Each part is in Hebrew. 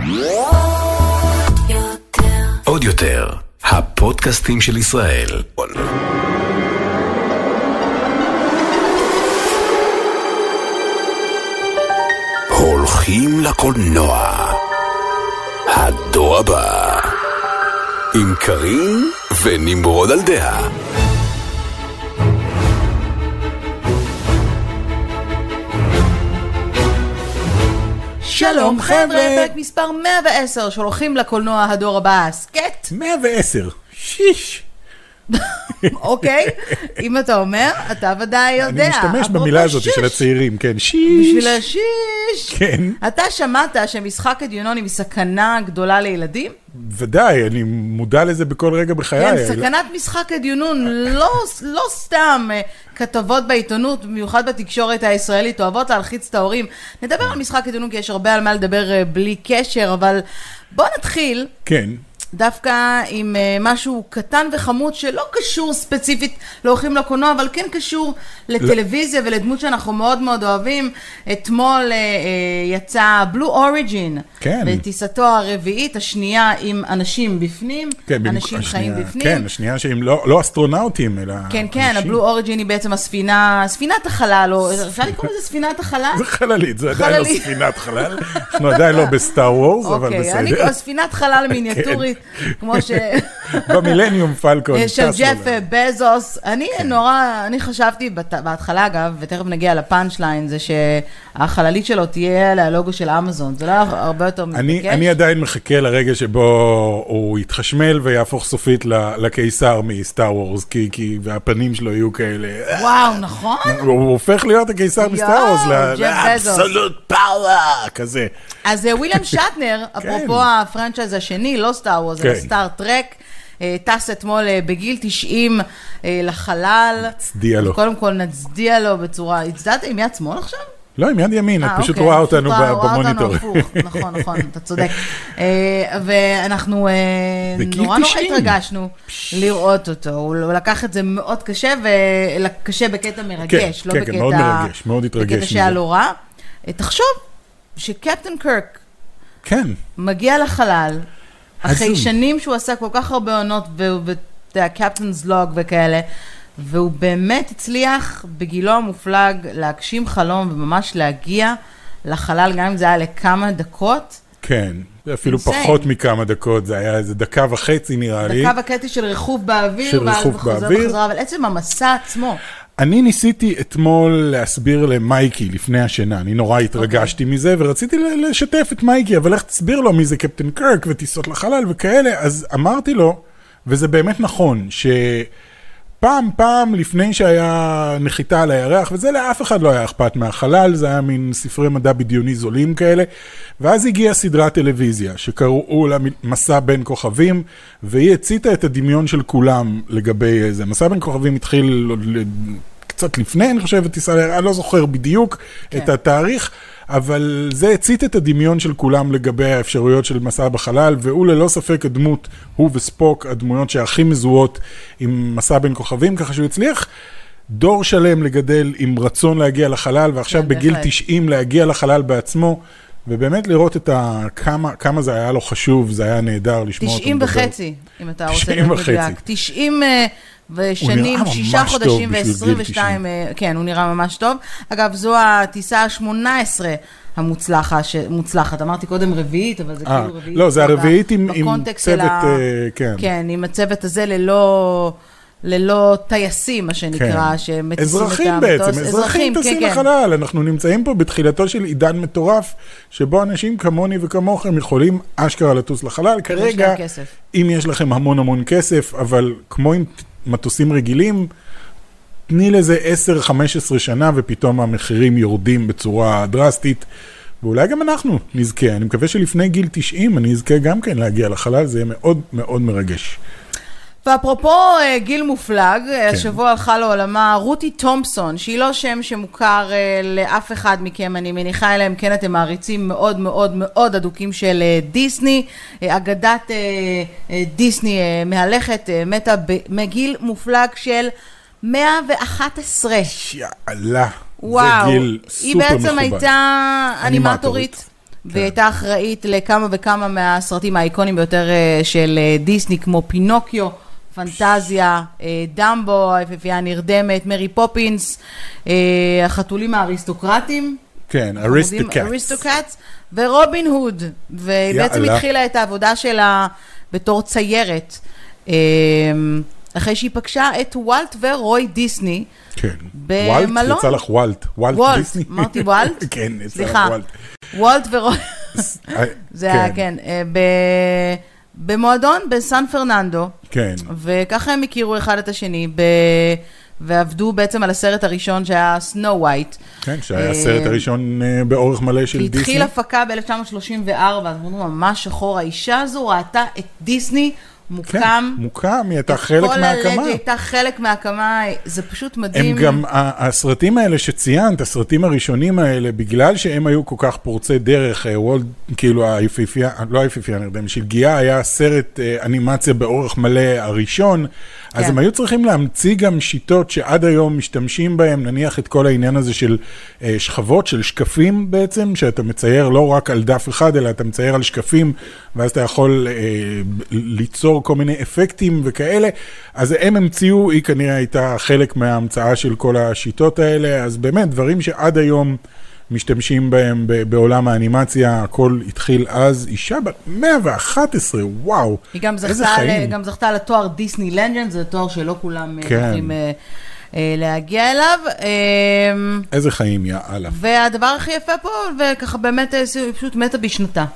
עוד יותר, הפודקאסטים של ישראל. הולכים לקולנוע. הדור הבא. עם קרין ונמרוד על דעה. שלום חבר'ה, פרק מספר 110 שהולכים לקולנוע הדור הבא, סקט 110, שיש. אוקיי, אם אתה אומר, אתה ודאי יודע. אני משתמש במילה הזאת של הצעירים, כן, שיש. בשביל השיש. כן. אתה שמעת שמשחק הדיונון היא סכנה גדולה לילדים? ודאי, אני מודע לזה בכל רגע בחיי. כן, סכנת משחק הדיונון, לא סתם כתבות בעיתונות, במיוחד בתקשורת הישראלית, אוהבות להלחיץ את ההורים. נדבר על משחק הדיונון, כי יש הרבה על מה לדבר בלי קשר, אבל בוא נתחיל. כן. דווקא עם משהו קטן וחמוד שלא קשור ספציפית להולכים לקולנוע, אבל כן קשור לטלוויזיה ולדמות שאנחנו מאוד מאוד אוהבים. אתמול יצא בלו אוריג'ין, בטיסתו הרביעית, השנייה עם אנשים בפנים, אנשים חיים בפנים. כן, השנייה שהם לא אסטרונאוטים, אלא כן, כן, הבלו אוריג'ין היא בעצם ספינת החלל, אפשר לקרוא לזה ספינת החלל? זה חללית, זה עדיין לא ספינת חלל, אנחנו עדיין לא בסטאר וורס, אבל בסדר. אוקיי, ספינת חלל מיניאטורית, כמו במילניום פלקון של ג'ף בזוס. אני חשבתי בהתחלה, אגב, ותכף נגיע לפאנץ' ליין, זה שהחללית שלו תהיה ללוגו של אמזון. זה לא הרבה יותר מתבקש. אני עדיין מחכה לרגע שבו הוא יתחשמל ויהפוך סופית לקיסר מסטאר וורס, כי והפנים שלו יהיו כאלה. וואו, נכון? הוא הופך להיות הקיסר מסטאר וורס, לאבסולוט פאוור, כזה. אז וויליאם שטנר, אפרופו הפרנצ'ייז השני, לא סטאר וורס, אלא סטאר טרק, טס אתמול בגיל 90 לחלל. נצדיע לו. קודם כל נצדיע לו בצורה, הצדעת עם יד שמאל עכשיו? לא, עם יד ימין, את פשוט רואה אותנו במוניטור. נכון, אתה צודק. ואנחנו נורא התרגשנו לראות אותו. הוא לקח את זה מאוד קשה, וקשה בקטע מרגש, לא בקטע שהיה לו רע. תחשוב שקפטן קרק מגיע לחלל, אחרי שנים שהוא עשה כל כך הרבה עונות, והקפטנס לוג וכאלה, והוא באמת הצליח בגילו המופלג להגשים חלום וממש להגיע לחלל, גם אם זה היה לכמה דקות. כן, אפילו פחות מכמה דקות, זה היה איזה דקה וחצי נראה לי. דקה וחצי של ריחוף באוויר, וחזרה, אבל עצם המסע עצמו. אני ניסיתי אתמול להסביר למייקי לפני השינה, אני נורא התרגשתי מזה, ורציתי לשתף את מייקי, אבל איך תסביר לו מי זה קפטן קרק וטיסות לחלל וכאלה, אז אמרתי לו, וזה באמת נכון, פעם לפני שהיה נחיתה על הירח, וזה לאף אחד לא היה אכפת מהחלל, זה היה מין ספרי מדע בדיוני זולים כאלה, ואז הגיעה סדרת טלוויזיה, שקראו לה מסע בין כוכבים, והיא הציתה את הדמיון של כולם לגבי זה. מסע בין כוכבים התחיל קצת לפני, אני חושב, טיסה על הירח, אני לא זוכר בדיוק את התאריך, אבל זה הצית את הדמיון של כולם לגבי האפשרויות של מסע בחלל, והוא ללא ספק הדמות, הוא וספוק, הדמויות שהכי מזוהות עם מסע בין כוכבים, ככה שהוא הצליח דור שלם לגדל עם רצון להגיע לחלל, ועכשיו בגיל 90 להגיע לחלל בעצמו, ובאמת לראות את כמה זה היה לו חשוב, זה היה נהדר לשמוע אותו. 90 וחצי, אם אתה רוצה לדייק. 90 ושנים, 6 חודשים ו-22, כן, הוא נראה ממש טוב. אגב, זו הטיסה ה-18 המוצלחת. אמרתי קודם רביעית, אבל זה כאילו רביעית. לא, זה הרביעית עם צוות, כן. כן, עם הצוות הזה ללא טייסים, מה שנקרא, אזרחים בעצם, אזרחים טסים לחלל. אנחנו נמצאים פה בתחילתו של עידן מטורף, שבו אנשים כמוני וכמוכם יכולים אשכרה לטוס לחלל. כרגע, אם יש לכם המון כסף, אבל כמו עם מטוסים רגילים, תני לזה 10-15 שנה, ופתאום המחירים יורדים בצורה דרסטית, ואולי גם אנחנו נזכה. אני מקווה שלפני גיל 90 אני אזכה גם כן להגיע לחלל, זה יהיה מאוד מאוד מרגש. ואפרופו גיל מופלג, השבוע הלכה לעולמה רותי תומפסון, שהיא לא שם שמוכר לאף אחד מכם, אני מניחה אליהם, כן אתם מעריצים מאוד מאוד מאוד אדוקים של דיסני, אגדת דיסני מהלכת, מתה מגיל מופלג של 111. יאללה, וואו, זה גיל סופר מכובד. היא בעצם הייתה אנימטורית והיא הייתה אחראית לכמה וכמה מהסרטים האיקונים ביותר של דיסני, כמו פינוקיו, פנטזיה, דמבו, היפיפייה הנרדמת, מרי פופינס, החתולים האריסטוקרטים. כן, אריסטוקאטס, ורובין הוד, ובעצם התחילה את העבודה שלה בתור ציירת, אחרי שהיא פגשה את וולט ורוי דיסני, כן, במלון. וולט, יצא לך וולט דיסני? אמרתי וולט? כן, יצא לך וולט. וולט ורוי, זה היה, כן, במועדון בסן פרננדו, כן. וככה הם הכירו אחד את השני, ועבדו בעצם על הסרט הראשון שהיה סנו ווייט. כן, שהיה הסרט הראשון באורך מלא של דיסני. והתחיל הפקה ב-1934, אז ממש שחור, האישה הזו ראתה את דיסני מוקם. כן, מוקם, היא הייתה חלק מההקמה. היא הייתה חלק מההקמה, זה פשוט מדהים. הם גם, הסרטים האלה שציינת, הסרטים הראשונים האלה, בגלל שהם היו כל כך פורצי דרך, וולד, כאילו היפיפייה, לא היפיפייה נרדם, שלגיה היה סרט אנימציה באורך מלא הראשון, אז הם היו צריכים להמציא גם שיטות שעד היום משתמשים בהם, נניח את כל העניין הזה של שכבות, של שקפים בעצם, שאתה מצייר לא רק על דף אחד, אלא אתה מצייר על שקפים, ואז אתה יכול ליצור כל מיני אפקטים וכאלה. אז הם המציאו, היא כנראה הייתה חלק מההמצאה של כל השיטות האלה, אז באמת דברים שעד היום משתמשים בהם בעולם האנימציה, הכל התחיל אז, אישה בת 111, וואו, איזה חיים. היא גם זכתה לתואר דיסני לג'נד, זה תואר שלא כולם יכולים להגיע אליו. איזה חיים, יא אללה. והדבר הכי יפה פה, וככה באמת פשוט מתה בשנתה.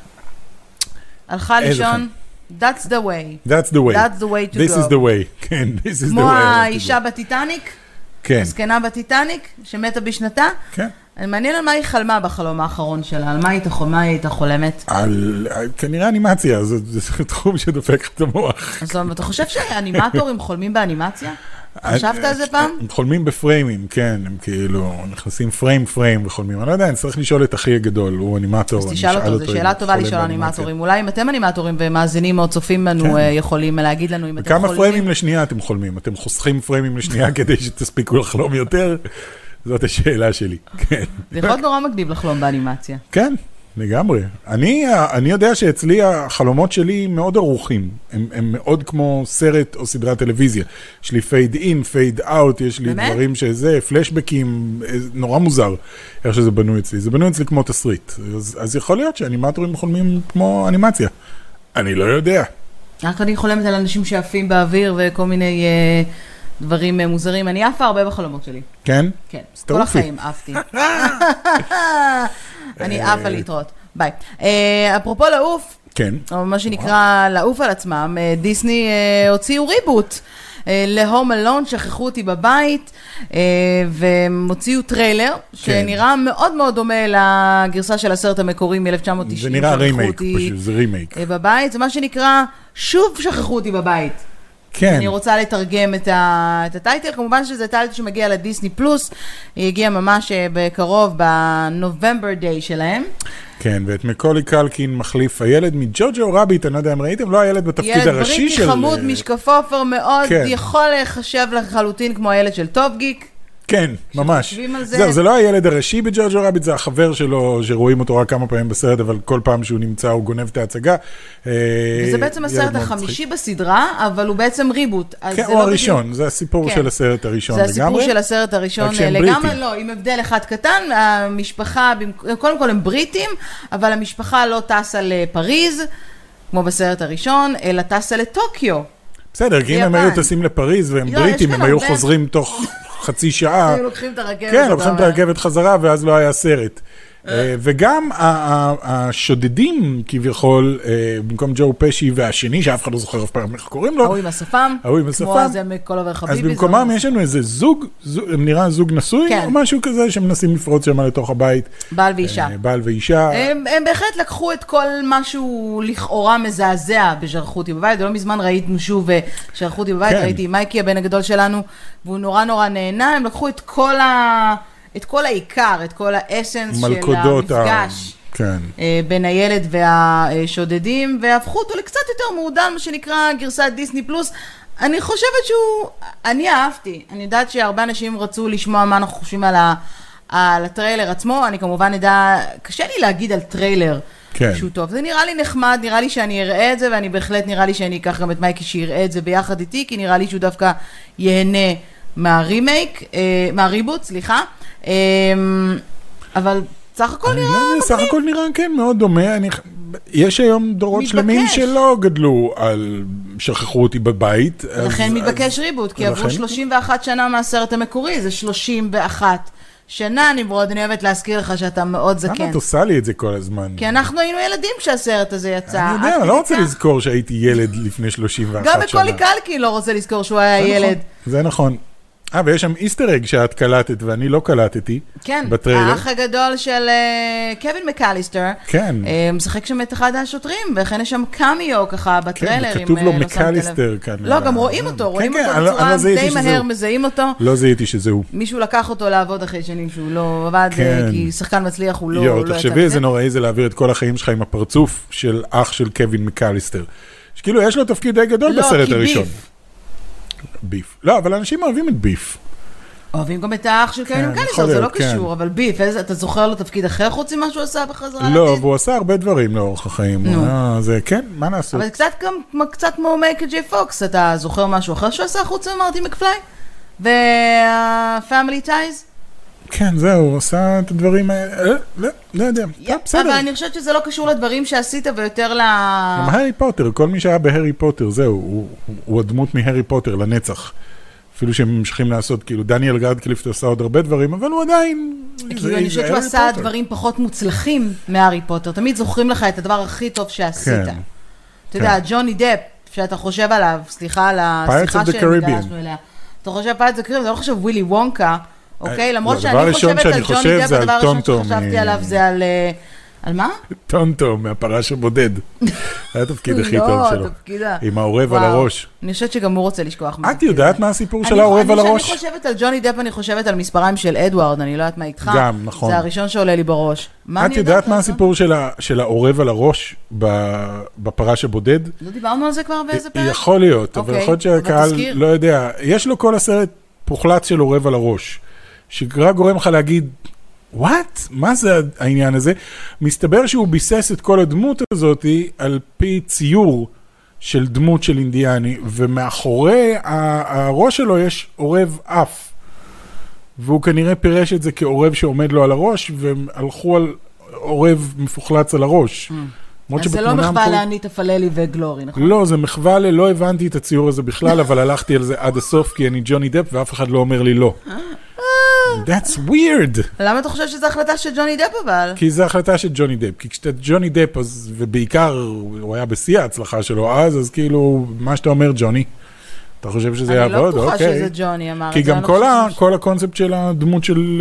הלכה לישון, that's the way. That's the way. That's the way to go. This is the way. כן, this is the way. כמו האישה בטיטניק, כן. הזקנה בטיטניק, שמתה בשנתה. כן. מעניין על מה היא חלמה בחלום האחרון שלה, על מה היא הייתה חולמת? כנראה אנימציה, זה תחום שדופק את המוח. אז אתה חושב שאנימטורים חולמים באנימציה? חשבת על זה פעם? הם חולמים בפריימים, כן, הם כאילו נכנסים פריים וחולמים. אני לא יודע, אני צריך לשאול את אחי הגדול, הוא אנימטור. אז תשאל אותו, זו שאלה טובה לשאול אנימטורים. אולי אם אתם אנימטורים ומאזינים או צופים לנו, יכולים להגיד לנו אם אתם חולמים. כמה פריימים לשנייה אתם חולמים? אתם חוסכים פריימים לשנייה כדי שתספיקו לחלום יותר? זאת השאלה שלי, כן. זה יכול להיות נורא מגניב לחלום באנימציה. כן, לגמרי. אני יודע שאצלי החלומות שלי מאוד ארוכים. הם מאוד כמו סרט או סדרת טלוויזיה. יש לי פייד אין, פייד אאוט, יש לי דברים שזה, פלשבקים, נורא מוזר איך שזה בנוי אצלי. זה בנוי אצלי כמו תסריט. אז יכול להיות שאנימטורים חולמים כמו אנימציה. אני לא יודע. רק אני חולמת על אנשים שעפים באוויר וכל מיני דברים מוזרים. אני עפה הרבה בחלומות שלי. כן? כן. כל החיים עפתי. אני עפה להתראות. ביי. אפרופו לעוף, כן. או מה שנקרא לעוף על עצמם, דיסני הוציאו ריבוט להום אלון, שכחו אותי בבית, והם הוציאו טריילר, שנראה מאוד מאוד דומה לגרסה של הסרט המקורי מ-1990. זה נראה רימייק, פשוט, זה רימייק. בבית, זה מה שנקרא, שוב שכחו אותי בבית. כן. אני רוצה לתרגם את הטייטל, כמובן שזה טייטל שמגיע לדיסני פלוס, היא הגיעה ממש בקרוב, בנובמבר דיי שלהם. כן, ואת מקולי קלקין מחליף הילד מג'וג'ו רביט, אני לא יודע אם ראיתם, לא הילד בתפקיד הראשי של... ילד בריקי חמוד, משקפופר מאוד, יכול לחשב לחלוטין כמו הילד של טוב גיק. כן, ממש. זהו, זה לא הילד הראשי בג'וג'ו רביט, זה החבר שלו, שרואים אותו רק כמה פעמים בסרט, אבל כל פעם שהוא נמצא הוא גונב את ההצגה. וזה בעצם הסרט החמישי בסדרה, אבל הוא בעצם ריבוט. כן, הוא הראשון, זה הסיפור של הסרט הראשון לגמרי. זה הסיפור של הסרט הראשון לגמרי, לא, עם הבדל אחד קטן, המשפחה, קודם כל הם בריטים, אבל המשפחה לא טסה לפריז, כמו בסרט הראשון, אלא טסה לטוקיו. בסדר, כי אם הם היו טסים לפריז והם בריטים, הם היו חוזרים תוך חצי שעה. הם לוקחים את הרכבת. כן, לוקחים את הרכבת חזרה, ואז לא היה סרט. וגם השודדים כביכול, במקום ג'ו פשי והשני, שאף אחד לא זוכר אף פעם איך קוראים לו. ההוא עם השפם. כמו זה מכל עבר חביבי. אז במקומם יש לנו איזה זוג, הם נראה זוג נשוי, או משהו כזה שמנסים לפרוץ שם לתוך הבית. בעל ואישה. בעל ואישה. הם בהחלט לקחו את כל משהו לכאורה מזעזע בשרחו אותי בבית, ולא מזמן ראיתנו שוב שרחו אותי בבית, ראיתי מייקי הבן הגדול שלנו, והוא נורא נורא נהנה, הם לקחו את כל העיקר, את כל האסנס של המפגש בין הילד והשודדים, והפכו אותו לקצת יותר מעודן, מה שנקרא גרסת דיסני פלוס. אני חושבת אני אהבתי. אני יודעת שהרבה אנשים רצו לשמוע מה אנחנו חושבים על הטריילר עצמו. אני כמובן קשה לי להגיד על טריילר שהוא טוב. זה נראה לי נחמד, נראה לי שאני אראה את זה, ואני בהחלט נראה לי שאני אקח גם את מייקי שיראה את זה ביחד איתי, כי נראה לי שהוא דווקא ייהנה מהרימייק, מהריבוט, סליחה. אבל סך הכל נראה... סך הכל נראה, כן, מאוד דומה. יש היום דורות שלמים שלא גדלו על שכחו אותי בבית. לכן מתבקש ריבוט, כי עברו 31 שנה מהסרט המקורי, זה 31 שנה, נמרוד, אני אוהבת להזכיר לך שאתה מאוד זקן. למה את עושה לי את זה כל הזמן? כי אנחנו היינו ילדים כשהסרט הזה יצא. אני יודע, אני לא רוצה לזכור שהייתי ילד לפני 31 שנה. גם בקולי קלקי לא רוצה לזכור שהוא היה ילד. זה נכון. ויש שם איסטר אג שאת קלטת ואני לא קלטתי. כן, בטריילר. האח הגדול של קווין מקליסטר. כן. משחק שם את אחד השוטרים, וכן יש שם קמיו ככה בטריילר. כן, כתוב לו מקליסטר כאן. לא, גם רואים אותו בצורה די מהר, מזהים אותו. לא זיהיתי שזהו. מישהו לקח אותו לעבוד אחרי שנים שהוא לא עבד, כי שחקן מצליח הוא לא... יו, תחשבי איזה נוראי זה להעביר את כל החיים שלך עם הפרצוף של אח של קווין מקליסטר. שכאילו יש לו תפקיד די גדול בסרט הראשון. ביף. לא, אבל אנשים אוהבים את ביף. אוהבים גם את האח של קווין מקליסטר, זה לא קשור, אבל ביף, אתה זוכר לו תפקיד אחר חוץ ממה שהוא עשה בחזרה לעתיד? לא, והוא עשה הרבה דברים לאורך החיים. זה כן, מה נעשות? אבל קצת כמו מייקל ג'יי פוקס, אתה זוכר משהו אחר שהוא עשה חוץ ממרטי מקפליי? והפמילי טייז? כן, זהו, הוא עשה את הדברים האלה, לא יודע, בסדר. אבל אני חושבת שזה לא קשור לדברים שעשית ויותר גם הארי פוטר, כל מי שהיה בהארי פוטר, זהו, הוא הדמות מהארי פוטר לנצח. אפילו שהם ממשיכים לעשות, כאילו דניאל רדקליף עשה עוד הרבה דברים, אבל הוא עדיין... כאילו אני חושבת שהוא עשה דברים פחות מוצלחים מהארי פוטר, תמיד זוכרים לך את הדבר הכי טוב שעשית. אתה יודע, ג'וני דפ, שאתה חושב עליו, סליחה על השיחה שנגלשנו אליה, אתה חושב פיירטס אוף דה קריביאן, אתה לא חושב ווילי וונקה, אוקיי? למרות שאני חושבת על ג'וני דפ, הדבר הראשון שחשבתי עליו זה על מה? טונטו, מהפרש הבודד. היה התפקיד הכי טוב שלו. לא, תפקידה. עם העורב על הראש. אני חושבת שגם הוא רוצה לשכוח. את יודעת מה הסיפור של העורב על הראש? אני חושבת על ג'וני דפ, אני חושבת על מספריים של אדוארד, אני לא יודעת מה איתך. גם, נכון. זה הראשון שעולה לי בראש. את יודעת מה הסיפור של העורב על הראש בפרש הבודד? לא דיברנו על זה כבר באיזה פרק? יכול להיות, אבל יכול להיות שהקהל לא יודע. יש לו כל הסרט פוחלץ של עורב על הראש, שרק גורם לך להגיד, what? מה זה העניין הזה? מסתבר שהוא ביסס את כל הדמות הזאת על פי ציור של דמות של אינדיאני, ומאחורי הראש שלו יש עורב אף. והוא כנראה פירש את זה כעורב שעומד לו על הראש, והלכו על עורב מפוחלץ על הראש. אז זה לא מחווה לענית אפללי וגלורי, נכון? לא, זה מחווה לא הבנתי את הציור הזה בכלל, אבל הלכתי על זה עד הסוף, כי אני ג'וני דפ, ואף אחד לא אומר לי לא. That's weird. למה אתה חושב שזו החלטה של ג'וני דפ אבל? כי זו החלטה של ג'וני דפ. כי כשאתה ג'וני דפ, ובעיקר הוא היה בשיא ההצלחה שלו אז כאילו, מה שאתה אומר ג'וני, אתה חושב שזה יעבוד? אני לא בטוחה שזה ג'וני אמר. כי גם כל הקונספט של הדמות של,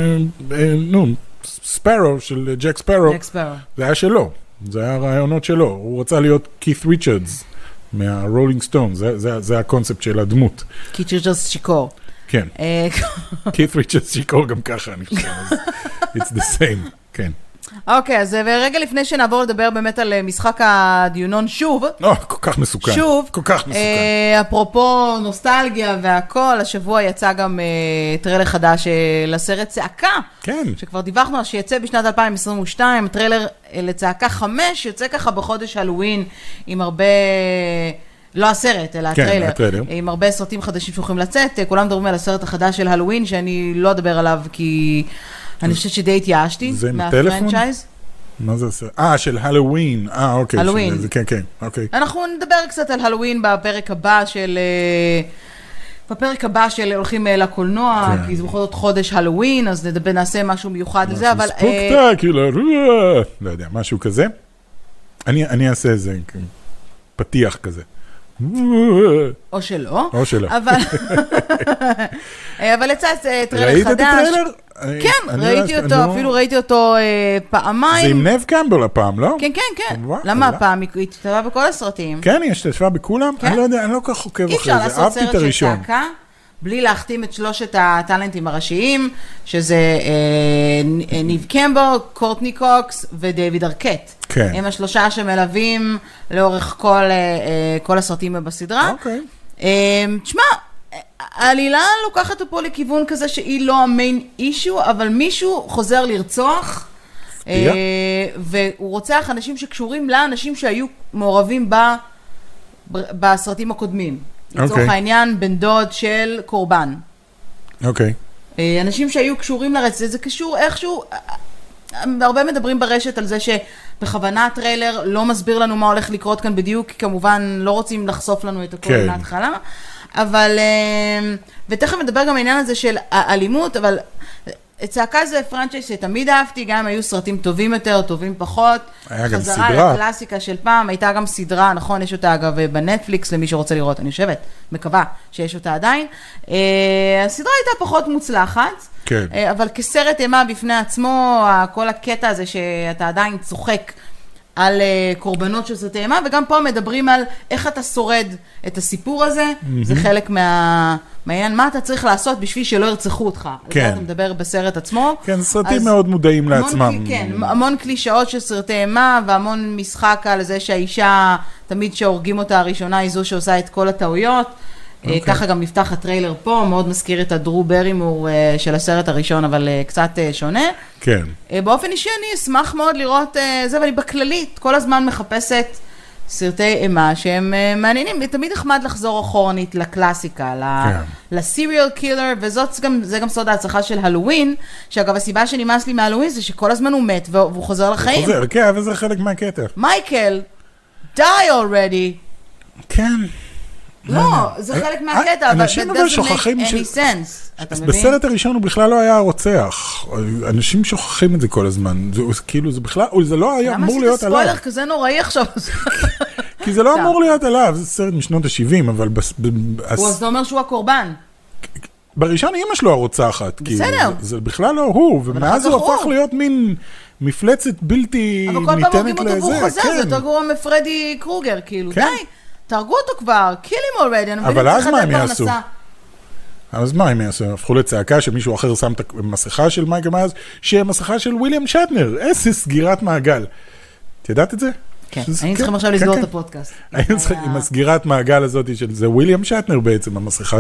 ספארו, של ג'ק ספארו, זה היה שלו. זה היה הרעיונות שלו. הוא רצה להיות כית ריצ'רדס מהרולינג סטון. זה הקונספט של הדמות. כית ריצ'רדס שיקור. כן. כית ריצ'רדס שיקור גם ככה, אני חושב. It's the same, כן. אוקיי, אז רגע לפני שנעבור לדבר באמת על משחק הדיונון שוב. כל כך מסוכן. שוב. כל כך מסוכן. אפרופו נוסטלגיה והכל, השבוע יצא גם טריילר חדש לסרט צעקה. כן. שכבר דיווחנו שיצא בשנת 2022, טריילר לצעקה 5, יוצא ככה בחודש הלווין עם הרבה... לא הסרט, אלא הטריילר. עם הרבה סרטים חדשים שהולכים לצאת. כולם מדברים על הסרט החדש של הלווין, שאני לא אדבר עליו כי... אני חושבת שדי התייאשתי מהפרנצ'ייז. מה זה הסרט? של הלווין. אוקיי. הלווין. כן, אוקיי. אנחנו נדבר קצת על הלווין בפרק הבא של... הולכים לקולנוע, כי זה בכל זאת חודש הלווין, אז נעשה משהו מיוחד לזה, אבל... ספוקטקולר, לא יודע, משהו כזה. אני אעשה איזה פתיח כזה. או שלא. אבל יצא טריילר חדש. ראית את הטריילר? כן, ראיתי אותו, אפילו ראיתי אותו פעמיים. זה עם נב קמבל הפעם, לא? כן. למה הפעם? היא השתתפה בכל הסרטים. כן, היא השתתפה בכולם? אני לא יודע, אני לא כל כך עוקב אחרי זה. אי אפשר לעשות סרט של צעקה, בלי להחתים את שלושת הטלנטים הראשיים, שזה ניב קמבל, קורטני קוקס ודייוויד ארקט. כן. הם השלושה שמלווים לאורך כל הסרטים בסדרה. אוקיי. תשמע, העלילה לוקחת פה לכיוון כזה שהיא לא המיין אישו, אבל מישהו חוזר לרצוח, והוא רוצח אנשים שקשורים לאנשים שהיו מעורבים בסרטים הקודמים. לצורך העניין, בן דוד של קורבן. אוקיי. אנשים שהיו קשורים לרצח, זה קשור איכשהו, הרבה מדברים ברשת על זה שבכוונה הטריילר לא מסביר לנו מה הולך לקרות כאן בדיוק, כי כמובן לא רוצים לחשוף לנו את הכל מההתחלה, אבל, ותכף מדבר גם העניין הזה של האלימות, אבל צעקה זה פרנצ'ייז שתמיד אהבתי, גם היו סרטים טובים יותר, טובים פחות. היה גם סדרה. חזרה לקלאסיקה של פעם, הייתה גם סדרה, נכון, יש אותה אגב בנטפליקס, למי שרוצה לראות, אני חושבת, מקווה שיש אותה עדיין. הסדרה הייתה פחות מוצלחת, כן. אבל כסרט אימה בפני עצמו, כל הקטע הזה שאתה עדיין צוחק על קורבנות של סרטי אימה, וגם פה מדברים על איך אתה שורד את הסיפור הזה, זה חלק מהעניין, מה אתה צריך לעשות בשביל שלא ירצחו אותך. כן. על זה אתה מדבר בסרט עצמו. כן, סרטים מאוד מודעים לעצמם. כן, המון קלישאות של סרטי אימה, והמון משחק על זה שהאישה, תמיד שהורגים אותה הראשונה, היא זו שעושה את כל הטעויות. ככה גם נפתח הטריילר פה, מאוד מזכיר את הדרו ברימור של הסרט הראשון, אבל קצת שונה. כן. באופן אישי אני אשמח מאוד לראות זה, ואני בכללית כל הזמן מחפשת סרטי אימה שהם מעניינים, תמיד נחמד לחזור אחורנית לקלאסיקה, לסיריאל קילר, וזה גם סוד ההצלחה של הלווין, שאגב הסיבה שנמאס לי מהלווין זה שכל הזמן הוא מת והוא חוזר לחיים. הוא חוזר, כן, וזה חלק מהקטע. מייקל, die already. כן. לא, זה חלק מהקטע, אבל אנשים אבל שוכחים any sense, אתה מבין? בסרט הראשון הוא בכלל לא היה רוצח. אנשים שוכחים את זה כל הזמן. כאילו זה בכלל, זה לא היה אמור להיות עליו. למה עשית ספוילר כזה נוראי עכשיו? כי זה לא אמור להיות עליו, זה סרט משנות ה-70, אבל... אז זה אומר שהוא הקורבן. בראשון אמא שלו הרוצחת. בסדר. זה בכלל לא הוא, ומאז הוא הפך להיות מין מפלצת בלתי ניתנת לזה. אבל כל פעם הורגים אותו והוא חוזר, זה יותר גרוע מפרדי קרוגר, כאילו, די. תהרגו אותו כבר, kill him already. אבל אז מה הם יעשו? אז מה הם יעשו? הפכו לצעקה שמישהו אחר שם את המסכה של מייקל מיירס, שהיא המסכה של וויליאם שטנר. איזה סגירת מעגל. את יודעת את זה? כן, היינו צריכים עכשיו לסגור את הפודקאסט. היינו צריכים עם הסגירת מעגל הזאת של זה וויליאם שטנר בעצם, המסכה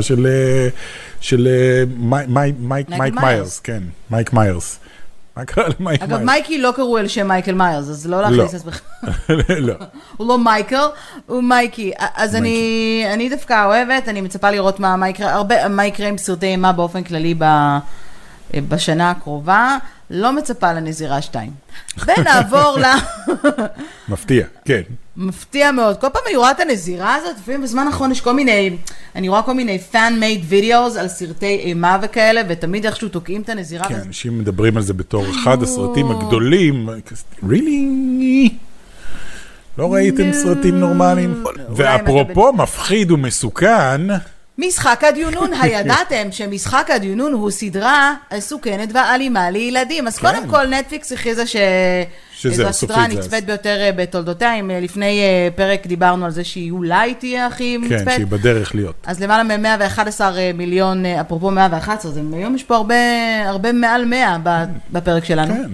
של מייק מיירס. כן, מייק מיירס. מה קרה למייק מיירס? אגב, מייקי לא קראו על שם מייקל מיירס, אז לא להכניס את זה. לא. הוא לא מייקל, הוא מייקי. אז אני דווקא אוהבת, אני מצפה לראות מה יקרה עם סרטי אימה באופן כללי בשנה הקרובה. לא מצפה לנזירה 2. ונעבור מפתיע, כן. מפתיע מאוד. כל פעם אני רואה את הנזירה הזאת, לפעמים בזמן האחרון יש אני רואה כל מיני fan-made videos על סרטי אימה וכאלה, ותמיד איכשהו תוקעים את הנזירה. כן, אנשים מדברים על זה בתור אחד הסרטים הגדולים. really? לא ראיתם סרטים נורמליים? ואפרופו מפחיד ומסוכן... משחק הדיונון, הידעתם שמשחק הדיונון הוא סדרה מסוכנת ואלימה לילדים. אז קודם כל נטפליקס הכריזה שזו הסדרה הנצפית ביותר בתולדותיה. לפני פרק דיברנו על זה שהיא אולי תהיה הכי נצפית. כן, שהיא בדרך להיות. אז למעלה מ-111 מיליון, אפרופו 111, היום יש פה הרבה מעל 100 בפרק שלנו. כן.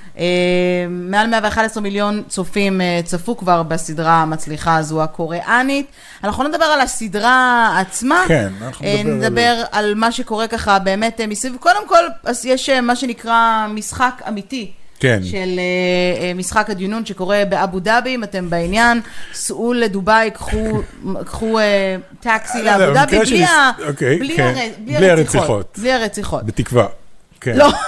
מעל 111 מיליון צופים צפו כבר בסדרה המצליחה הזו הקוריאנית. אנחנו לא נדבר על הסדרה עצמה, כן, נדבר על מה שקורה ככה באמת מסביב. קודם כל, יש מה שנקרא משחק אמיתי. כן. של משחק הדיונון שקורה באבו דאבי, אם אתם בעניין, סעו לדוביי, קחו טקסי לאבו דאבי, בלי הרציחות. בלי הרציחות. בתקווה. כן. לא.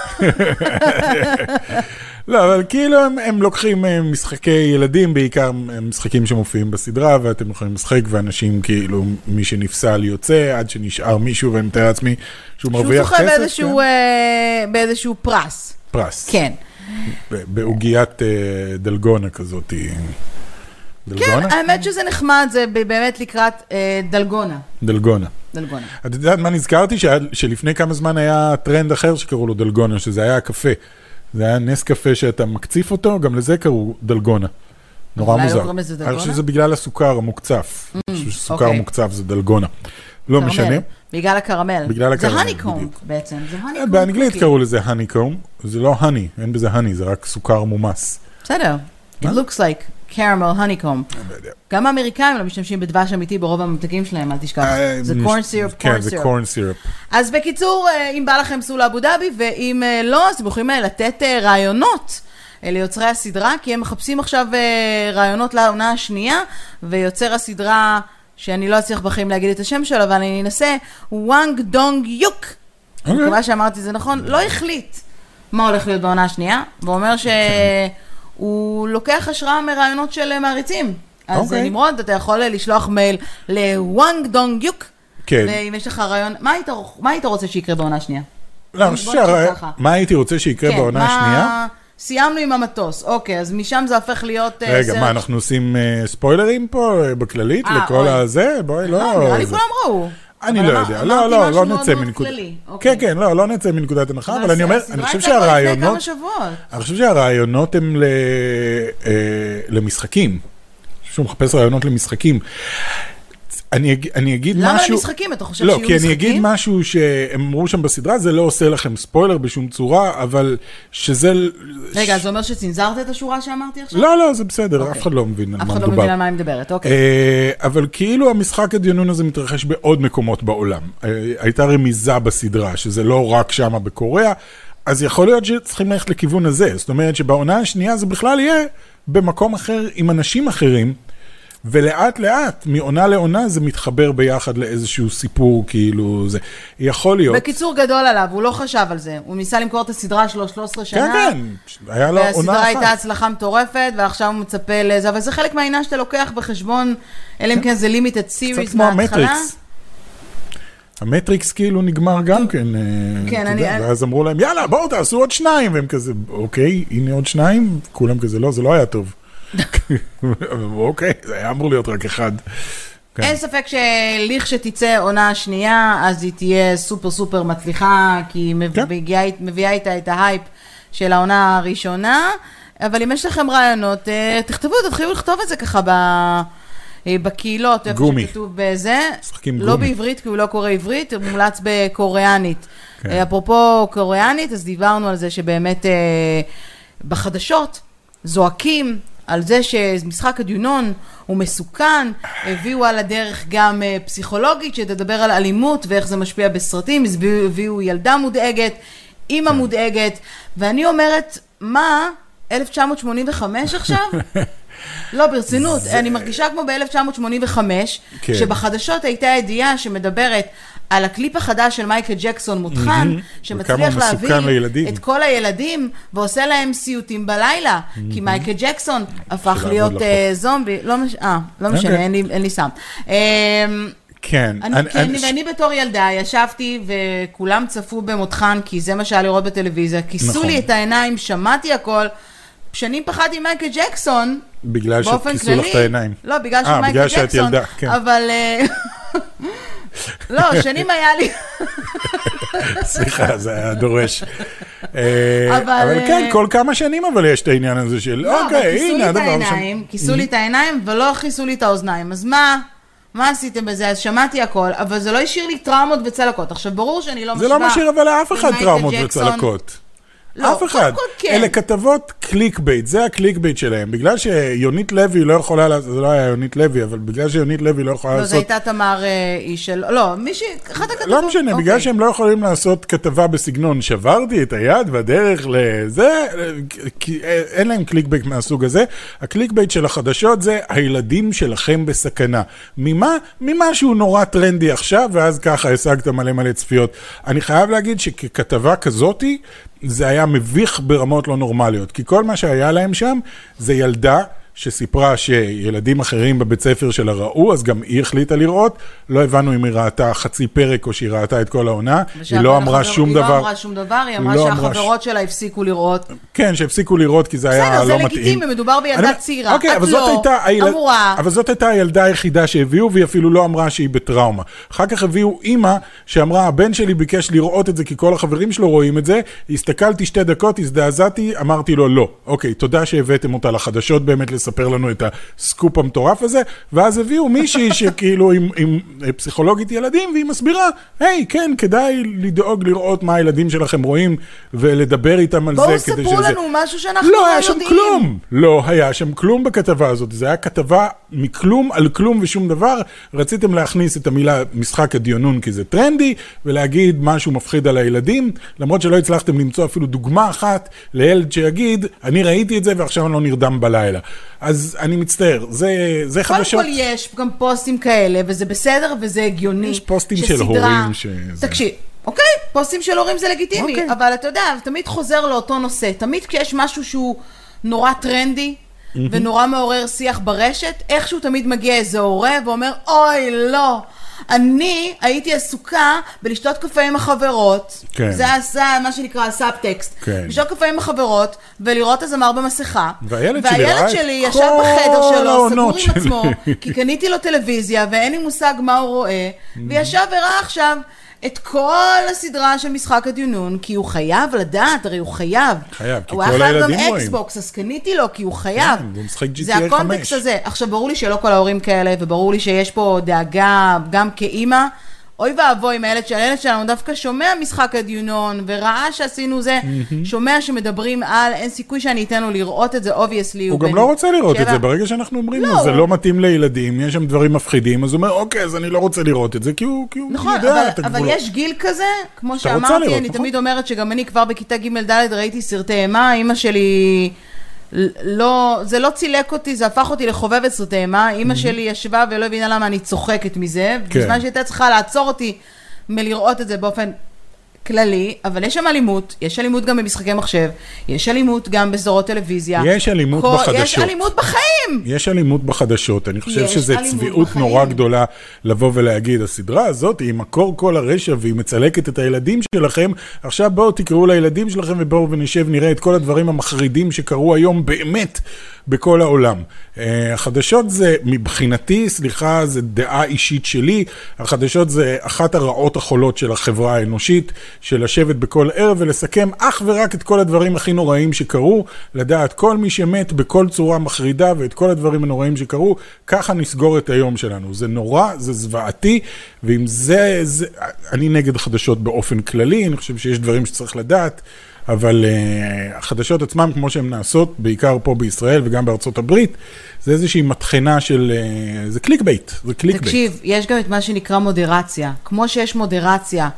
לא, אבל כאילו הם לוקחים משחקי ילדים, בעיקר משחקים שמופיעים בסדרה, ואתם יכולים לשחק, ואנשים כאילו, מי שנפסל יוצא, עד שנשאר מישהו, ואני מתאר לעצמי שהוא מרוויח כסף. שהוא זוכה באיזשהו פרס. פרס. כן. בעוגיית דלגונה כזאת. כן, האמת שזה נחמד, זה באמת לקראת דלגונה. דלגונה. דלגונה. את יודעת מה נזכרתי? שלפני כמה זמן היה טרנד אחר שקראו לו דלגונה, שזה היה הקפה. זה היה נס קפה שאתה מקציף אותו, גם לזה קראו דלגונה. נורא מוזר. אני חושב שזה בגלל הסוכר המוקצף. סוכר מוקצף זה דלגונה. לא משנה. בגלל הקרמל. בגלל הקרמל. זה הניקום בעצם. באנגלית קראו לזה הניקום. זה לא הני, אין בזה הני, זה רק סוכר מומס. בסדר. It looks like caramel honeycomb. גם האמריקאים לא משתמשים בדבש אמיתי ברוב הממתקים שלהם, אל תשכח. זה corn syrup, כן, זה corn syrup. אז בקיצור, אם בא לכם סעו לאבו דאבי, ואם לא, אז אתם יכולים לתת רעיונות ליוצרי הסדרה, כי הם מחפשים עכשיו רעיונות לעונה השנייה, ויוצר הסדרה, שאני לא אצליח בחיים להגיד את השם שלו, אבל אני אנסה, וואנג דונג יוק, אני מקווה שאמרתי זה נכון, לא החליט מה הולך להיות בעונה השנייה, ואומר שהוא לוקח השראה מרעיונות של מעריצים. אז נמרוד, אתה יכול לשלוח מייל לוואנג דונג יוק, ואם יש לך רעיון, מה היית רוצה שיקרה בעונה השנייה? מה הייתי רוצה שיקרה בעונה השנייה? סיימנו עם המטוס, אוקיי, אז משם זה הופך להיות... רגע, מה, אנחנו עושים ספוילרים פה בכללית לכל הזה? בואי, לא... נראה לי כולם ראו. אני לא יודע, לא נצא מנקודת... כן, לא נצא מנקודת הנחה, אבל אני אומר, אני חושב שהרעיונות הם למשחקים. שהוא מחפש רעיונות למשחקים. אני אגיד משהו... למה למשחקים? אתה חושב שיהיו משחקים? לא, כי אני אגיד משהו שהם אמרו שם בסדרה, זה לא עושה לכם ספוילר בשום צורה, אבל שזה... רגע, אז זה אומר שצנזרת את השורה שאמרתי עכשיו? לא, זה בסדר, אף אחד לא מבין על מה מדובר. אף אחד לא מבין על מה היא מדברת, אוקיי. אבל כאילו המשחק הדיונון הזה מתרחש בעוד מקומות בעולם. הייתה רמיזה בסדרה, שזה לא רק שם בקוריאה, אז יכול להיות שצריכים ללכת לכיוון הזה. זאת אומרת שבעונה השנייה זה בכלל יהיה במקום אחר עם אנשים אחרים, ולאט לאט, מעונה לעונה, זה מתחבר ביחד לאיזשהו סיפור, כאילו, זה יכול להיות. בקיצור גדול עליו, הוא לא חשב על זה. הוא ניסה למכור את הסדרה שלו 13 שנה. כן, היה לו עונה אחת. והסדרה הייתה הצלחה מטורפת, ועכשיו הוא מצפה לזה, אבל זה חלק מהעניין שאתה לוקח בחשבון, אלא אם כן זה לימיטד סיריס מההתחלה. המטריקס כאילו נגמר גם כן, ואז אמרו להם, יאללה, בואו תעשו עוד 2, והם כזה, אוקיי, הנה עוד 2, כולם כזה, לא, זה לא היה טוב. אוקיי, זה היה אמור להיות רק 1. אין ספק שליך שתצא עונה שנייה, אז היא תהיה סופר סופר מצליחה, כי היא מביאה איתה את ההייפ של העונה הראשונה, אבל אם יש לכם רעיונות, תתחילו לכתוב את זה ככה בקהילות, איפה שכתוב בזה, לא בעברית, כי הוא לא קורא עברית, הוא מומלץ בקוריאנית. אפרופו קוריאנית, אז דיברנו על זה שבאמת בחדשות זועקים על זה שמשחק הדיונון הוא מסוכן, הביאו על הדרך גם פסיכולוגית שתדבר על אלימות ואיך זה משפיע בסרטים, הביאו ילדה מודאגת, אמא מודאגת, ואני אומרת, מה, 1985 עכשיו? לא, ברצינות, אני מרגישה כמו ב-1985, שבחדשות הייתה ידיעה שמדברת על הקליפ החדש של מייקל ג'קסון מותחן, שמצליח להביא את כל הילדים, ועושה להם סיוטים בלילה, כי מייקל ג'קסון הפך להיות זומבי, לא משנה, אין לי סם. כן. ואני בתור ילדה ישבתי וכולם צפו במותחן, כי זה מה שהיה לראות בטלוויזיה, כיסו לי את העיניים, שמעתי הכל, שנים פחדתי מייקל ג'קסון, בגלל שכיסו לך את העיניים. לא, בגלל שמייקל ג'קסון, אבל... לא, שנים היה לי... סליחה, זה היה דורש. אבל כן, כל כמה שנים אבל יש את העניין הזה של, אוקיי, הנה הדבר שם. כיסו לי את העיניים ולא כיסו לי את האוזניים. אז מה עשיתם בזה? אז שמעתי הכל, אבל זה לא השאיר לי טראומות וצלקות. עכשיו, ברור שאני לא משווה... זה לא משאיר אבל לאף אחד טראומות וצלקות. אף אחד. אלה כתבות קליק בייט, זה הקליק בייט שלהם. בגלל שיונית לוי לא יכולה לעשות, זה לא היה יונית לוי, אבל בגלל שיונית לוי לא יכולה לעשות... לא, זה הייתה תמר איש של... לא, אחת הכתבות... לא משנה, בגלל שהם לא יכולים לעשות כתבה בסגנון, שברתי את היד בדרך לזה, אין להם קליק בייט מהסוג הזה. הקליק בייט של החדשות זה הילדים שלכם בסכנה. ממה שהוא נורא טרנדי עכשיו, ואז ככה השגת מלא צפיות. אני חייב להגיד שככתבה כזאתי, זה היה מביך ברמות לא נורמליות, כי כל מה שהיה להם שם זה ילדה שסיפרה שילדים אחרים בבית ספר שלה ראו, אז גם היא החליטה לראות, לא הבנו אם היא ראתה חצי פרק או שהיא ראתה את כל העונה, היא לא אמרה שום דבר. היא לא אמרה שום דבר, היא אמרה שהחברות שלה הפסיקו לראות. כן, שהפסיקו לראות כי זה היה לא מתאים. בסדר, זה לגיטימי, מדובר בילדה צעירה. אוקיי, אבל זאת הייתה הילדה היחידה שהביאו, והיא אפילו לא אמרה שהיא בטראומה. אחר כך הביאו אמא שאמרה, הבן שלי ביקש לראות את זה כי כל החברים שלו רואים את זה, הסתכלתי 2 דקות, הזדעזעתי, אמרתי לו לא. אוקיי, תודה שהבאתם אותה לחדשות באמת לספר לנו את הסקופ המטורף הזה, ואז הביאו מישהי שכאילו עם פסיכולוגית ילדים, והיא מסבירה, היי, כן, כדאי לדאוג לראות מה הילדים שלכם רואים, ולדבר איתם על זה. בואו ספרו לנו משהו שאנחנו לא יודעים. לא היה שם כלום. לא היה שם כלום בכתבה הזאת. זה היה כתבה מכלום על כלום ושום דבר. רציתם להכניס את המילה משחק הדיונון, כי זה טרנדי, ולהגיד משהו מפחיד על הילדים, למרות שלא הצלחתם למצוא אפילו דוגמה אחת לילד שיגיד, אני ראיתי את זה ועכשיו אני לא נרדם בלילה. אז אני מצטער, זה חדשות. קודם כל יש גם פוסטים כאלה, וזה בסדר וזה הגיוני. יש פוסטים של הורים תקשיב, אוקיי, פוסטים של הורים זה לגיטימי, אבל אתה יודע, תמיד חוזר לאותו נושא. תמיד כשיש משהו שהוא נורא טרנדי, ונורא מעורר שיח ברשת, איכשהו תמיד מגיע איזה הורה ואומר, אוי, לא. אני הייתי עסוקה בלשתות קפה עם החברות, זה מה שנקרא הסאבטקסט, לשתות קפה עם החברות ולראות הזמר במסכה, והילד שלי ישב בחדר שלו, סגור עם עצמו, כי קניתי לו טלוויזיה ואין לי מושג מה הוא רואה, וישב וראה עכשיו את כל הסדרה של משחק הדיונון, כי הוא חייב לדעת, הרי הוא חייב. כי כל הילדים רואים. הוא היה גם אקסבוקס, אז קניתי לו, כי הוא חייב. הוא משחק GTA 5. זה הקונטקסט הזה. עכשיו, ברור לי שלא כל ההורים כאלה, וברור לי שיש פה דאגה, גם כאימא, אוי ואבוי עם הילד שלנו, דווקא שומע משחק הדיונון, וראה שעשינו זה, שומע שמדברים על, אין סיכוי שאני אתן לו לראות את זה, obviously. הוא גם לא רוצה לראות את זה, ברגע שאנחנו אומרים לו, זה לא מתאים לילדים, יש שם דברים מפחידים, אז הוא אומר, אוקיי, אז אני לא רוצה לראות את זה, כי הוא יודע את הגבולות. אבל יש גיל כזה, כמו שאמרתי, אני תמיד אומרת שגם אני כבר בכיתה ג' ד' ראיתי סרטי אימה, אמא שלי לא, זה לא צילק אותי, זה הפך אותי לחובבת סרטי אימה, אמא שלי ישבה ולא הבינה למה אני צוחקת מזה, בזמן שהייתה צריכה לעצור אותי מלראות את זה באופן כללי, אבל יש שם אלימות, יש אלימות גם במשחקי מחשב, יש אלימות גם בסדרות טלוויזיה. יש אלימות בחדשות. יש אלימות בחיים. יש אלימות בחדשות. אני חושב שזה צביעות נורא גדולה לבוא ולהגיד, הסדרה הזאת היא מקור כל הרשע והיא מצלקת את הילדים שלכם, עכשיו בואו תקראו לילדים שלכם ובואו ונשב נראה את כל הדברים המחרידים שקרו היום באמת בכל העולם. החדשות זה, מבחינתי, סליחה, זה דעה אישית שלי, החדשות זה אחת הרעות החולות של החברה האנושית, של לשבת בכל ערב ולסכם אך ורק את כל הדברים הכי נוראים שקרו, לדעת כל מי שמת בכל צורה מחרידה ואת כל הדברים הנוראים שקרו, ככה נסגור את היום שלנו. זה נורא, זה זוועתי, ועם זה, אני נגד חדשות באופן כללי, אני חושב שיש דברים שצריך לדעת, אבל החדשות עצמם, כמו שהן נעשות, בעיקר פה בישראל וגם בארצות הברית, זה איזושהי מתחנה של, זה קליק בייט, זה קליק בייט. תקשיב, יש גם את מה שנקרא מודרציה. כמו שיש מודרציה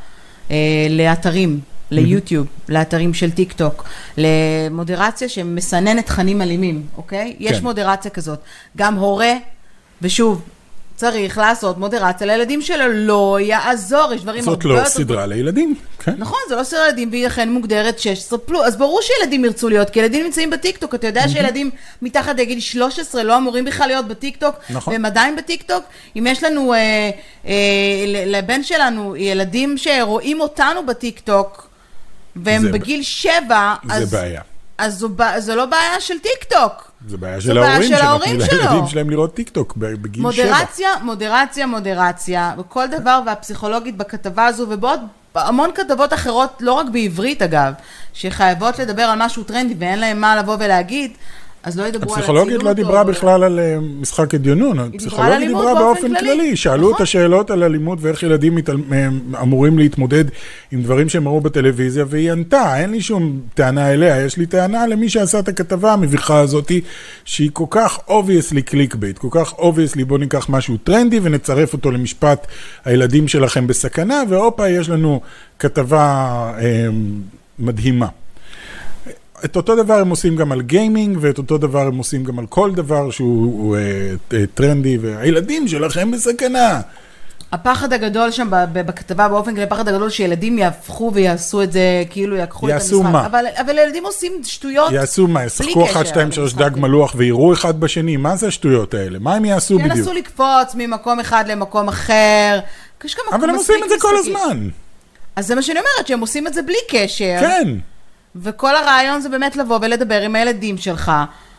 לאתרים, ליוטיוב, לאתרים של טיק טוק, למודרציה שמסננת תכנים אלימים, אוקיי? יש מודרציה כזאת. גם הורה, ושוב, צריך לעשות מודרציה לילדים שלו, לא יעזור, יש דברים זאת לא סדרה לילדים. נכון, זה לא סדרה לילדים, והיא לכן מוגדרת 16 פלוס, אז ברור שילדים ירצו להיות, כי ילדים נמצאים בטיקטוק, אתה יודע שילדים מתחת לגיל 13 לא אמורים בכלל להיות בטיקטוק, והם עדיין בטיקטוק, אם יש לנו, לבן שלנו, ילדים שרואים אותנו בטיקטוק, והם בגיל 7, זה בעיה. אז זו לא בעיה של טיקטוק. זה בעיה של ההורים שלו. לילדים שלהם לראות טיקטוק בגיל 7. מודרציה, וכל דבר, והפסיכולוגית בכתבה הזו, ובעוד המון כתבות אחרות, לא רק בעברית אגב, שחייבות לדבר על משהו טרנדי, ואין להם מה לבוא ולהגיד, אז לא ידברו על הצילות. הפסיכולוגית לא דיברה בכלל על משחק הדיונון, הפסיכולוגית דיברה באופן כללי, שאלו את השאלות על אלימות ואיך ילדים אמורים להתמודד עם דברים שהם ראו בטלוויזיה, והיא ענתה, אין לי שום טענה אליה, יש לי טענה למי שעשה את הכתבה המביכה הזאת, שהיא כל כך obviously clickbait, כל כך obviously בוא ניקח משהו טרנדי ונצרף אותו למשפט הילדים שלכם בסכנה, ואופה יש לנו כתבה מדהימה. את אותו דבר הם עושים גם על גיימינג, ואת אותו דבר הם עושים גם על כל דבר שהוא טרנדי, והילדים שלכם בסכנה. הפחד הגדול שם בכתבה באופן כלל, הפחד הגדול שילדים יהפכו ויעשו את זה, כאילו יקחו את המשחק. יעשו מה? אבל ילדים עושים שטויות. יעשו מה? ישחקו 1, 2, 3 דג מלוח ויראו אחד בשני. מה זה השטויות האלה? מה הם יעשו בדיוק? ינסו לקפוץ ממקום אחד למקום אחר. אבל הם עושים את זה כל הזמן. אז זה מה שאני אומרת, שהם עושים את זה בלי קשר. כן. וכל הרעיון זה באמת לבוא ולדבר עם הילדים שלך,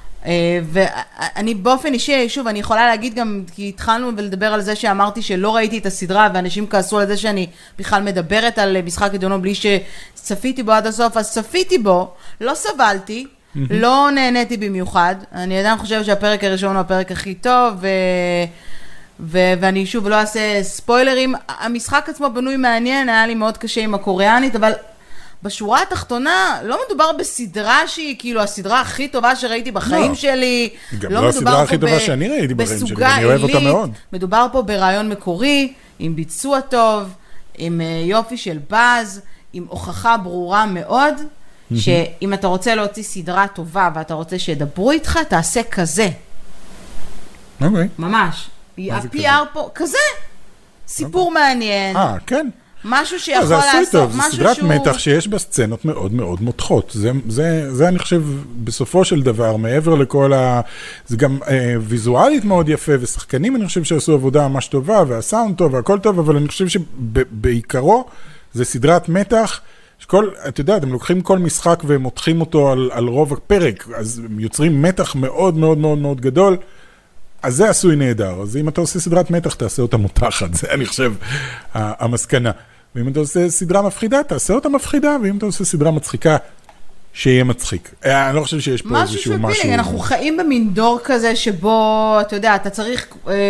ואני באופן אישי, שוב, אני יכולה להגיד גם, כי התחלנו ולדבר על זה שאמרתי שלא ראיתי את הסדרה, ואנשים כעסו על זה שאני בכלל מדברת על משחק הדיונון בלי שצפיתי בו עד הסוף, אז צפיתי בו, לא סבלתי, לא נהניתי במיוחד, אני עדיין חושבת שהפרק הראשון הוא הפרק הכי טוב, ואני שוב לא אעשה ספוילרים, המשחק עצמו בנוי מעניין, היה לי מאוד קשה עם הקוריאנית, אבל בשורה התחתונה לא מדובר בסדרה שהיא כאילו הסדרה הכי טובה שראיתי בחיים שלי. גם לא הסדרה הכי טובה שאני ראיתי בחיים שלי, ואני אוהב אותה מאוד. מדובר פה ברעיון מקורי, עם ביצוע טוב, עם יופי של באז, עם הוכחה ברורה מאוד, שאם אתה רוצה להוציא סדרה טובה ואתה רוצה שידברו איתך, תעשה כזה. אוקיי. ממש. ה-PR פה, כזה. סיפור מעניין. כן. משהו שיכול לעשות, זה סדרת מתח שיש בה סצנות מאוד מאוד מותחות. זה אני חושב, בסופו של דבר, מעבר לכל זה גם ויזואלית מאוד יפה, ושחקנים אני חושב שעשו עבודה ממש טובה, והסאונד טוב, והכל טוב, אבל אני חושב שבעיקרו, זה סדרת מתח, אתה יודע, אתם לוקחים כל משחק ומותחים אותו על רוב הפרק, אז הם יוצרים מתח מאוד מאוד מאוד מאוד גדול, אז זה עשוי נהדר. אז אם אתה עושה סדרת מתח, תעשה אותה מותחת. זה, אני חושב, המסקנה. ואם אתה עושה סדרה מפחידה, תעשה אותה מפחידה, ואם אתה עושה סדרה מצחיקה, שיהיה מצחיק. אני לא חושב שיש פה איזשהו משהו. אנחנו חיים במין דור כזה שבו, אתה יודע, אתה צריך...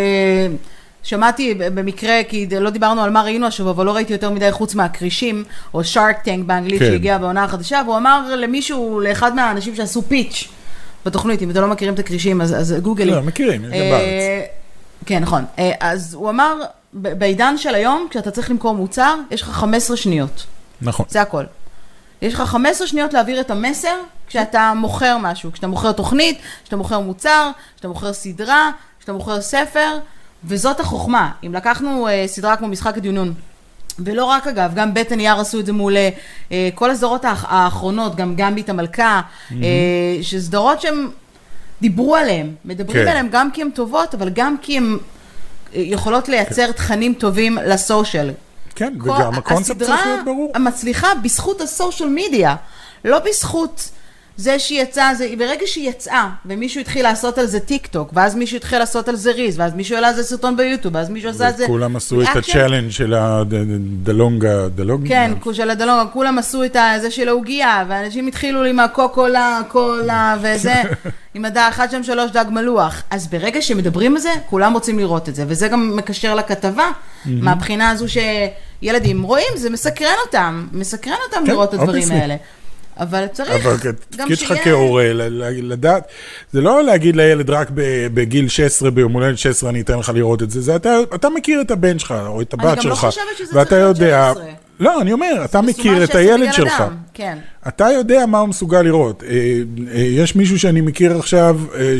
שמעתי במקרה, כי לא דיברנו על מה ראינו השבוע, אבל לא ראיתי יותר מדי חוץ מהקרישים, או שרק טנק באנגלית שהגיע בעונה החדשה, והוא אמר למישהו, לאחד מהאנשים שעשו פיץ' בתוכנית, אם אתם לא מכירים את הקרישים, אז גוגלים. לא, מכירים, יש גם בארץ. כן, נכון. אז הוא אמר, בעידן של היום, כשאתה צריך למכור מוצר, יש לך 15 שניות. נכון. זה הכל. יש לך 15 שניות להעביר את המסר, כשאתה מוכר משהו, כשאתה מוכר תוכנית, כשאתה מוכר מוצר, כשאתה מוכר סדרה, כשאתה מוכר ספר, וזאת החוכמה. אם לקחנו סדרה כמו משחק הדיונון, ולא רק אגב, גם בית הנייר עשו את זה מול כל הסדרות האחרונות, גם גמבית המלכה, שסדרות שהם דיברו עליהן, מדברים עליהן גם כי הן טובות, אבל גם כי הן יכולות לייצר תכנים טובים לסושיאל. כן, וגם הקונספט צריך להיות ברור. הסדרה המצליחה בזכות הסושיאל מדיה, לא בזכות זה שהיא יצאה, ברגע שהיא יצאה, ומישהו התחיל לעשות על זה טיק טוק, ואז מישהו התחיל לעשות על זה ריז, ואז מישהו העלה על זה סרטון ביוטיוב, ואז מישהו עשה על זה... וכולם עשו את הצ'אלנג' של הדלונגה, כן, של הדלונגה, כולם עשו את זה של ההוגייה, ואנשים התחילו עם הקוקולה, קולה, וזה, עם הדעה 1, 2, 3 דג מלוח. אז ברגע שמדברים על זה, כולם רוצים לראות את זה, וזה גם מקשר לכתבה, מהבחינה הזו שילדים רואים, זה מסקרן אותם לראות את הדברים האלה. אבל צריך גם שיהיה... שלך כהורה, לדעת, זה לא להגיד לילד רק בגיל 16, ביום הולדת 16, אני אתן לך לראות את זה, זה אתה מכיר את הבן שלך, או את הבת שלך. אני גם לא חושבת שזה צריך להיות 16. לא, אני אומר, אתה מכיר את הילד שלך. כן. אתה יודע מה הוא מסוגל לראות. יש מישהו שאני מכיר עכשיו,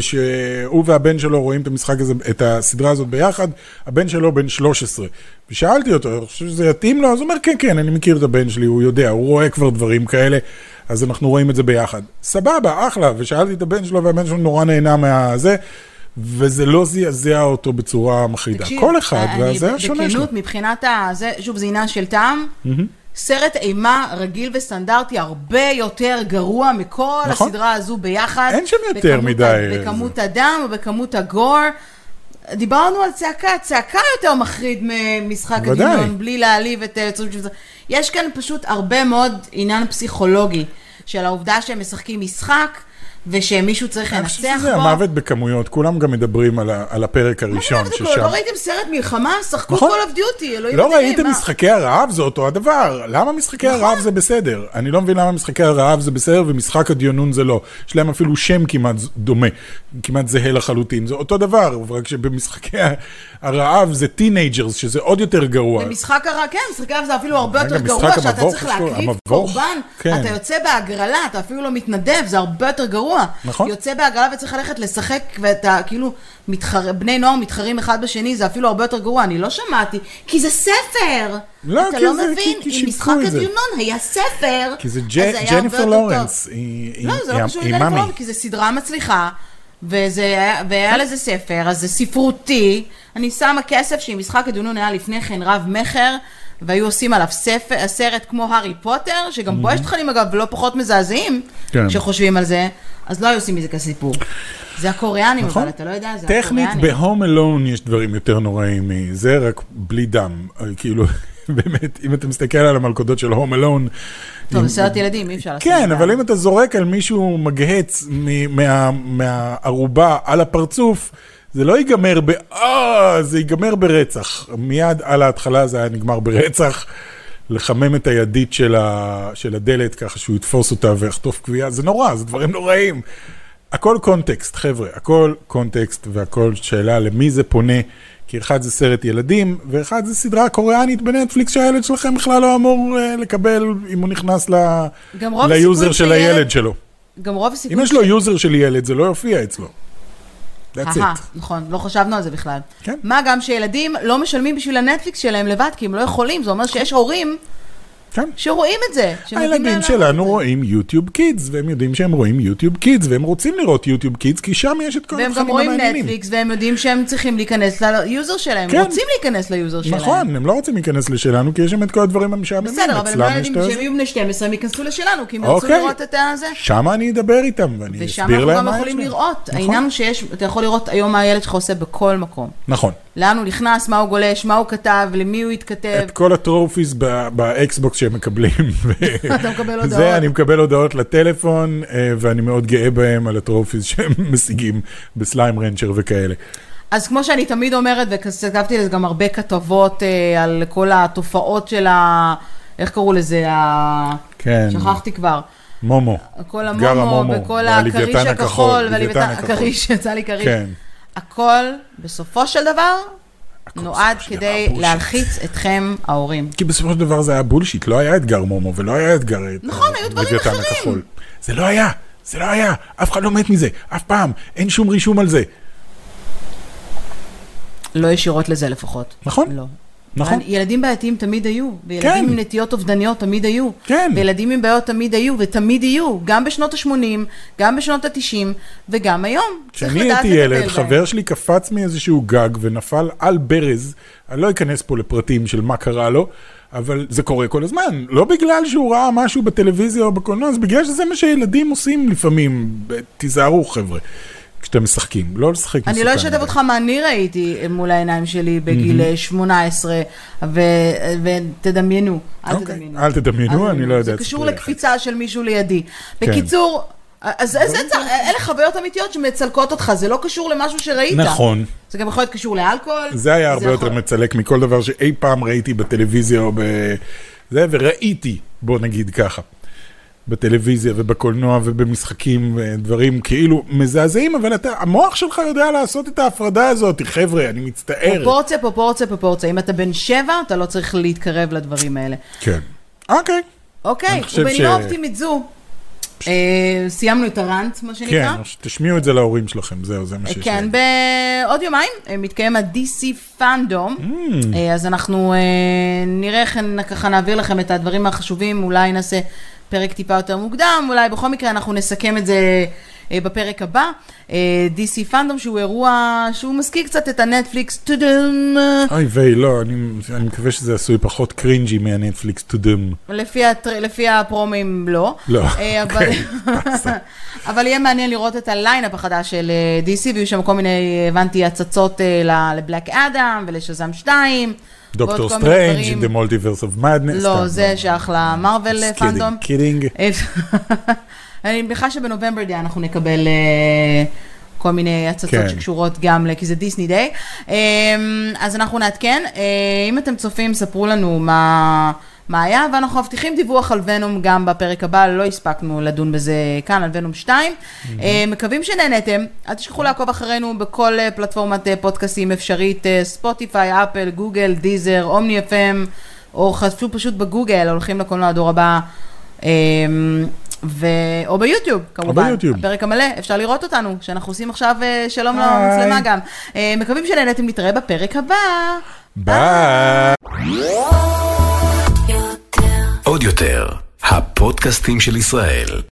שהוא והבן שלו רואים את המשחק הזה, את הסדרה הזאת ביחד, הבן שלו בן 13. ושאלתי אותו, אני חושב שזה יתאים לו, אז הוא אומר, כן, כן, אני מכיר את הבן שלי, הוא יודע, הוא רואה כבר דברים כאלה, אז אנחנו רואים את זה ביחד. סבבה, אחלה, ושאלתי את הבן שלו, והבן שלו נורא נהנה מהזה, וזה לא זעזע אותו בצורה מחרידה. כל אחד, וזה השונה שלו. בכנות, מבחינת זה, שוב, זה עניין של טעם, סרט אימה רגיל וסטנדרטי הרבה יותר גרוע מכל הסדרה הזו ביחד. אין שם יותר מדי. בכמות הדם ובכמות הגור. דיברנו על צעקה יותר מחריד ממשחק הדיונון, בלי להעליב את... יש כאן פשוט הרבה מאוד עניין פסיכולוגי של העובדה שהם משחקים משחק, ושמישהו צריך לנצח בו. אני חושב שזה המוות בכמויות, כולם גם מדברים על הפרק הראשון ששם. לא ראיתם סרט מלחמה? שחקו כל of duty, אלוהים לא ראיתם משחקי הרעב, זה אותו הדבר. למה משחקי הרעב זה בסדר? אני לא מבין למה משחקי הרעב זה בסדר, ומשחק הדיונון זה לא. יש להם אפילו שם כמעט דומה, כמעט זהה לחלוטין. זה אותו דבר, רק שבמשחקי הרעב זה טינג'רס, שזה עוד יותר גרוע. במשחק הרעב, כן, משחקי הרעב זה אפילו הרבה יותר גרוע, שאתה צריך להקריב קורבן, אתה יוצא בהגרלה, אתה אפילו לא מתנדב, זה הרבה יותר גרוע. נכון. יוצא בהגרלה וצריך ללכת לשחק, ואתה כאילו, בני נוער מתחרים אחד בשני, זה אפילו הרבה יותר גרוע. אני לא שמעתי, כי זה ספר. לא, אתה לא מבין, אם משחק הדיונון היה ספר, כי זה ג'ניפר לורנס, לא, זה לא קשור לג'ניפר לורנס, כי זה סדרה מצליחה, והיה לזה ספר, אז זה ספרותי. אני שמה כסף שאם משחק הדיונון היה לפני כן רב מחר, והיו עושים עליו סרט כמו הארי פוטר, שגם בו יש תכנים אגב לא פחות מזעזעים, שחושבים על זה, אז לא היו עושים מזה כסיפור. זה הקוריאנים, אבל אתה לא יודע, זה הקוריאנים. טכנית, בהום אלון יש דברים יותר נוראים מזה, רק בלי דם, כאילו, באמת, אם אתה מסתכל על המלכודות של Home Alone. טוב, בסרט ילדים, אי אפשר לעשות. כן, אבל אם אתה זורק על מישהו מגהץ מהערובה על הפרצוף, זה לא ייגמר זה ייגמר ברצח. מיד על ההתחלה זה היה נגמר ברצח. לחמם את הידית של הדלת ככה שהוא יתפוס אותה ויחטוף קביעה. זה נורא, זה דברים נוראים. הכל קונטקסט, חבר'ה, הכל קונטקסט והכל שאלה למי זה פונה, כי אחד זה סרט ילדים, ואחד זה סדרה קוריאנית בנטפליקס שהילד שלכם בכלל לא אמור לקבל אם הוא נכנס ליוזר של הילד שלו. גם רוב הסיכוי... אם יש לו יוזר של ילד, זה לא יופיע אצלו. That's it. נכון, לא חשבנו על זה בכלל. כן. מה גם שילדים לא משלמים בשביל הנטפליקס שלהם לבד, כי הם לא יכולים, זה אומר שיש הורים שרואים את זה. הילדים שלנו רואים יוטיוב קידס, והם יודעים שהם רואים יוטיוב קידס, והם רוצים לראות יוטיוב קידס, כי שם יש את כל התכנים המעניינים. והם גם רואים נטפליקס, והם יודעים שהם צריכים להיכנס ליוזר שלהם. הם רוצים להיכנס ליוזר שלהם. נכון, הם לא רוצים להיכנס לשלנו, כי יש שם את כל הדברים המשעממים. בסדר, אבל הם לא יודעים שהם יהיו בני 12, הם ייכנסו לשלנו, כי הם ירצו לראות את זה. שם אני אדבר איתם, ואני אסביר להם מה יש להם. העניין הוא שיש, אתה יכול לראות היום מה הילד שלך עושה בכל מקום. נכון. לאן הוא נכנס, מה הוא גולש, מה הוא כתב, למי הוא התכתב. את כל הטרופיס באקסבוקס שהם מקבלים. אתה מקבל הודעות. זה, אני מקבל הודעות לטלפון, ואני מאוד גאה בהם על הטרופיס שהם משיגים בסליים רנצ'ר וכאלה. אז כמו שאני תמיד אומרת, וכתבתי לזה גם הרבה כתבות על כל התופעות של איך קראו לזה? כן. שכחתי כבר. מומו. כל המומו, וכל הכריש הכחול, הכריש, יצא לי כריש. כן. הכל, בסופו של דבר, נועד כדי להלחיץ אתכם, ההורים. כי בסופו של דבר זה היה בולשיט, לא היה אתגר מומו, ולא היה אתגר נכון, היו דברים אחרים. זה לא היה, זה לא היה. אף אחד לא מת מזה, אף פעם. אין שום רישום על זה. לא ישירות לזה לפחות. נכון. לא. נכון. ילדים בעייתיים תמיד היו, וילדים עם נטיות אובדניות תמיד היו, כן. וילדים עם בעיות תמיד היו, ותמיד יהיו, גם בשנות ה-80, גם בשנות ה-90, וגם היום. כשאני הייתי ילד, חבר שלי קפץ מאיזשהו גג ונפל על ברז, אני לא אכנס פה לפרטים של מה קרה לו, אבל זה קורה כל הזמן, לא בגלל שהוא ראה משהו בטלוויזיה או בקולנוע, אז בגלל שזה מה שילדים עושים לפעמים, תיזהרו חבר'ה. כשאתם משחקים, לא לשחק מסוכן. אני לא אשתף אותך מה אני ראיתי מול העיניים שלי בגיל 18, ותדמיינו, אל תדמיינו. אל תדמיינו, אני לא יודעת. זה קשור לקפיצה של מישהו לידי. בקיצור, אז אלה חוויות אמיתיות שמצלקות אותך, זה לא קשור למשהו שראית. נכון. זה גם יכול להיות קשור לאלכוהול. זה היה הרבה יותר מצלק מכל דבר שאי פעם ראיתי בטלוויזיה או בזה, וראיתי, בוא נגיד ככה. בטלוויזיה ובקולנוע ובמשחקים ודברים כאילו מזעזעים, אבל המוח שלך יודע לעשות את ההפרדה הזאת, חבר'ה, אני מצטער. פרופורציה. אם אתה בן 7, אתה לא צריך להתקרב לדברים האלה. כן. אוקיי. ובנימה אופטימית זו, סיימנו את הרנט, מה שנקרא. כן, תשמיעו את זה להורים שלכם, זהו, זה מה שיש. כן, בעוד יומיים מתקיים ה-DC פאנדום, אז אנחנו נראה ככה נעביר לכם את הדברים החשובים, אולי נעשה פרק טיפה יותר מוקדם, אולי בכל מקרה אנחנו נסכם את זה בפרק הבא. DC פאנדום שהוא אירוע שהוא מזכיר קצת את הנטפליקס טודם. אוי ויי, לא, אני מקווה שזה עשוי פחות קרינג'י מהנטפליקס טודם. לפי הפרומים לא. לא, אבל יהיה מעניין לראות את הליינאפ החדש של DC, ויהיו שם כל מיני, הבנתי, הצצות לבלק אדם ולשזם 2. דוקטור סטרנג', The Multiverse of Madness. לא, זה שייך למרוול פאנדום. קידינג. אני מניחה שבנובמבר די אנחנו נקבל כל מיני הצצות שקשורות גם, כי זה דיסני דיי. אז אנחנו נעדכן. אם אתם צופים, ספרו לנו מה היה, ואנחנו מבטיחים דיווח על ונום גם בפרק הבא, לא הספקנו לדון בזה כאן, על ונום 2. מקווים שנהנתם, אל תשכחו לעקוב אחרינו בכל פלטפורמת פודקאסטים אפשרית, ספוטיפיי, אפל, גוגל, דיזר, אומני FM, או חפשו פשוט בגוגל, הולכים לקולנוע הדור הבא, או ביוטיוב, כמובן. הפרק המלא, אפשר לראות אותנו, שאנחנו עושים עכשיו שלום למצלמה גם. מקווים שנהנתם, נתראה בפרק הבא. ביי. עוד יותר, הפודקאסטים של ישראל.